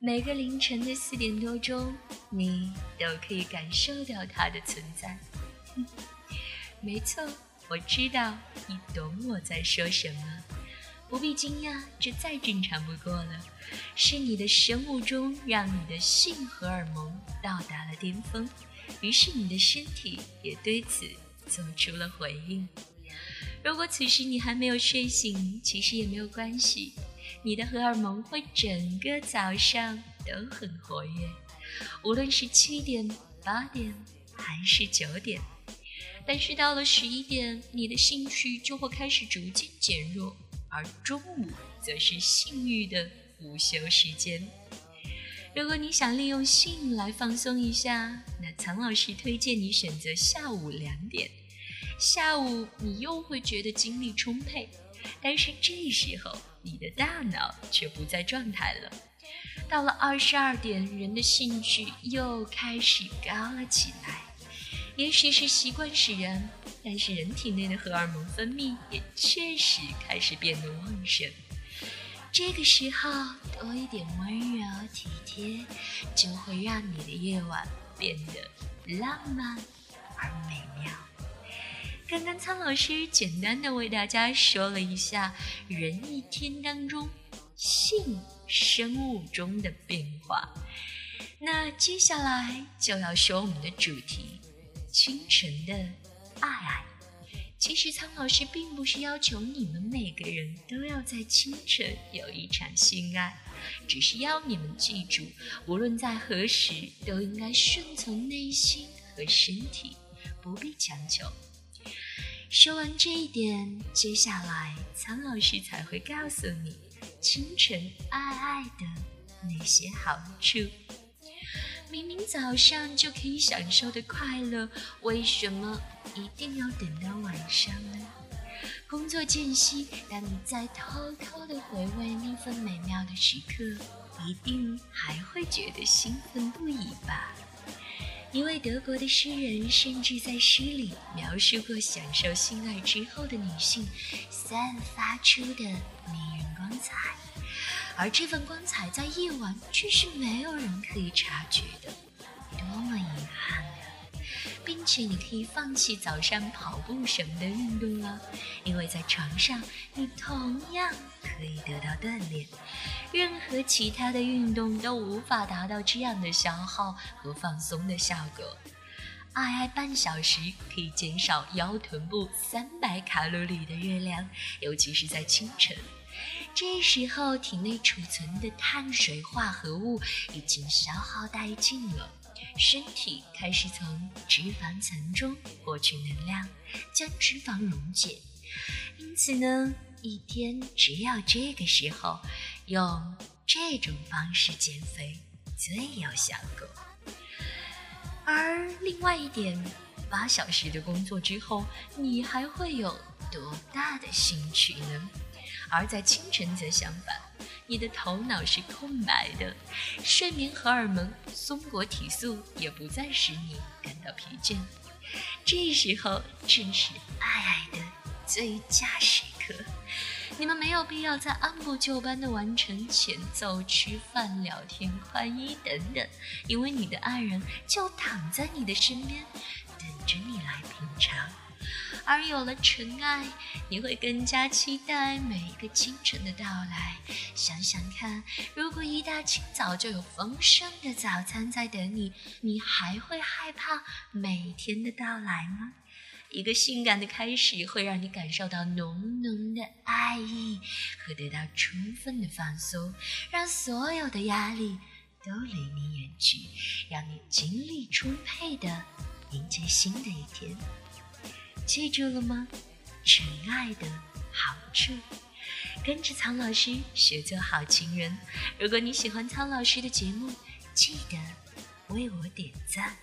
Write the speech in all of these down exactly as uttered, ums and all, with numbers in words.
每个凌晨的四点多钟，你都可以感受到它的存在。没错，我知道你懂我在说什么，不必惊讶，这再正常不过了。是你的生物钟让你的性荷尔蒙到达了巅峰，于是你的身体也对此做出了回应。如果此时你还没有睡醒，其实也没有关系，你的荷尔蒙会整个早上都很活跃，无论是七点、八点还是九点。但是到了十一点，你的兴趣就会开始逐渐减弱，而中午则是性欲的午休时间。如果你想利用性来放松一下，那苍老师推荐你选择下午两点。下午你又会觉得精力充沛，但是这时候你的大脑却不在状态了。到了二十二点，人的兴趣又开始高了起来。也许是习惯使然，但是人体内的荷尔蒙分泌也确实开始变得旺盛。这个时候多一点温柔体贴，就会让你的夜晚变得浪漫而美妙。刚刚苍老师简单的为大家说了一下人一天当中性生物钟的变化，那接下来就要说我们的主题，清晨的爱爱。其实苍老师并不是要求你们每个人都要在清晨有一场性爱，只是要你们记住，无论在何时都应该顺从内心和身体，不必强求。说完这一点，接下来苍老师才会告诉你清晨爱爱的那些好处。明明早上就可以享受的快乐，为什么一定要等到晚上呢？工作间隙，当你再偷偷的回味那份美妙的时刻，一定还会觉得兴奋不已吧？一位德国的诗人甚至在诗里描述过享受性爱之后的女性散发出的迷人光彩，而这份光彩在夜晚却是没有人可以察觉的，多么遗憾啊！并且你可以放弃早上跑步什么的运动了，因为在床上你同样可以得到锻炼，任何其他的运动都无法达到这样的消耗和放松的效果。爱爱半小时可以减少腰臀部三百卡路里的热量，尤其是在清晨。这时候体内储存的碳水化合物已经消耗殆尽了，身体开始从脂肪层中获取能量，将脂肪溶解。因此呢，一天只要这个时候用这种方式减肥最有效果。而另外一点，八小时的工作之后，你还会有多大的兴趣呢？而在清晨则相反，你的头脑是空白的，睡眠荷尔蒙松果体素也不再使你感到疲倦。这时候正是爱爱的最佳时刻，你们没有必要再按部就班地完成前奏、吃饭、聊天、换衣等等，因为你的爱人就躺在你的身边，等着你来品尝。而有了纯爱，你会更加期待每一个清晨的到来。想想看，如果一大清早就有丰盛的早餐在等你，你还会害怕每天的到来吗？一个性感的开始会让你感受到浓浓的爱意和得到充分的放松，让所有的压力都离你远去，让你精力充沛地迎接新的一天。记住了吗？纯爱的好处。跟着苍老师学做好情人。如果你喜欢苍老师的节目，记得为我点赞。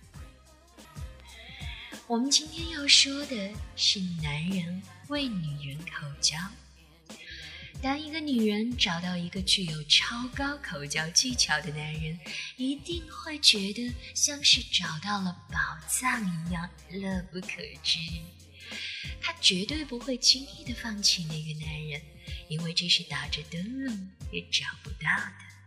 我们今天要说的是男人为女人口交。当一个女人找到一个具有超高口交技巧的男人，一定会觉得像是找到了宝藏一样乐不可支。她绝对不会轻易地放弃那个男人，因为这是打着灯笼也找不到的。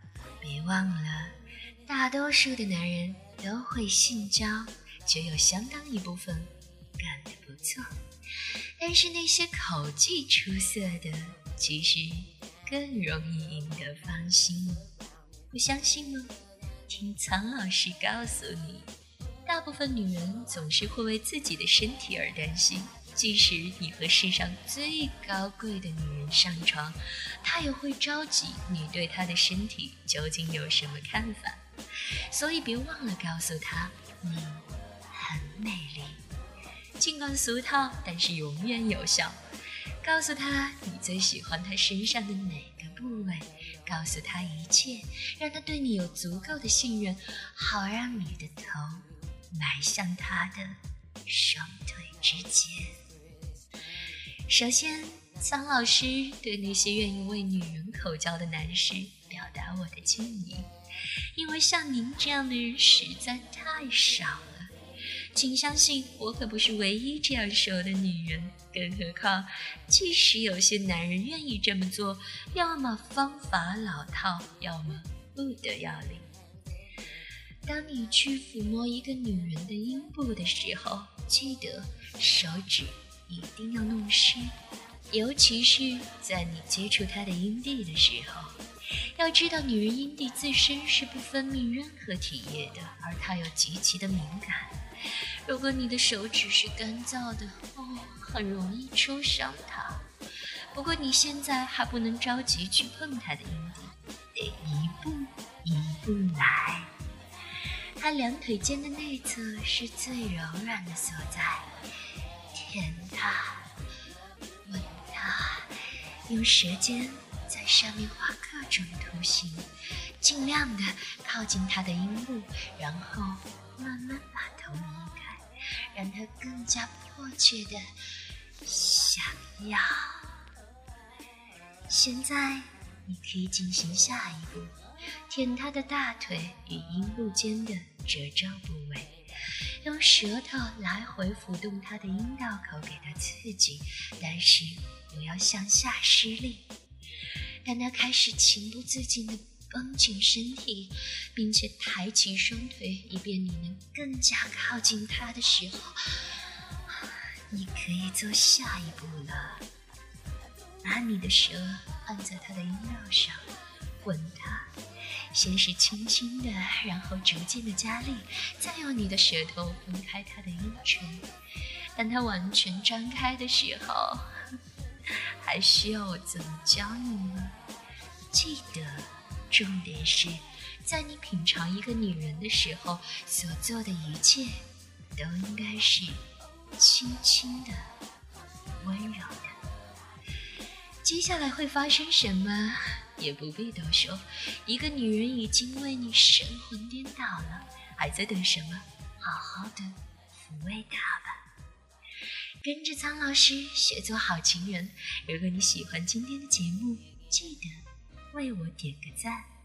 别忘了，大多数的男人都会性交，却有相当一部分干得不错。但是那些口技出色的，其实更容易赢得芳心。不相信吗？听苍老师告诉你，大部分女人总是会为自己的身体而担心。即使你和世上最高贵的女人上床，她也会着急你对她的身体究竟有什么看法。所以别忘了告诉她，你很美丽。尽管俗套，但是永远有效。告诉她你最喜欢她身上的哪个部位，告诉她一切，让她对你有足够的信任，好让你的头埋向她的双腿之间。首先，苍老师对那些愿意为女人口交的男士表达我的敬意，因为像您这样的人实在太少了。请相信，我可不是唯一这样说的女人，更何况，即使有些男人愿意这么做，要么方法老套，要么不得要领。当你去抚摸一个女人的阴部的时候，记得手指一定要弄湿，尤其是在你接触她的阴蒂的时候。要知道，女人阴蒂自身是不分泌任何体液的，而她又极其的敏感。如果你的手指是干燥的，哦，很容易戳伤她。不过你现在还不能着急去碰她的阴蒂，得一步一步来。她两腿间的内侧是最柔软的所在，舔它，吻它，用舌尖在上面画各种图形，尽量的靠近它的阴部，然后慢慢把头移开，让它更加迫切的想要。现在你可以进行下一步，舔它的大腿与阴部间的褶皱部位，用舌头来回抚动它的阴道口，给它刺激，但是不要向下施力。当它开始情不自禁地绷紧身体，并且抬起双腿，以便你能更加靠近它的时候，你可以做下一步了。把你的舌按在它的阴道上，吻它，先是轻轻的，然后逐渐的加力，再用你的舌头分开它的阴唇。当它完全张开的时候，还需要我怎么教你呢？记得，重点是在你品尝一个女人的时候，所做的一切都应该是轻轻的、温柔的。接下来会发生什么也不必多说，一个女人已经为你神魂颠倒了，还在等什么？好好的抚慰她吧。跟着苍老师学做好情人。如果你喜欢今天的节目，记得为我点个赞。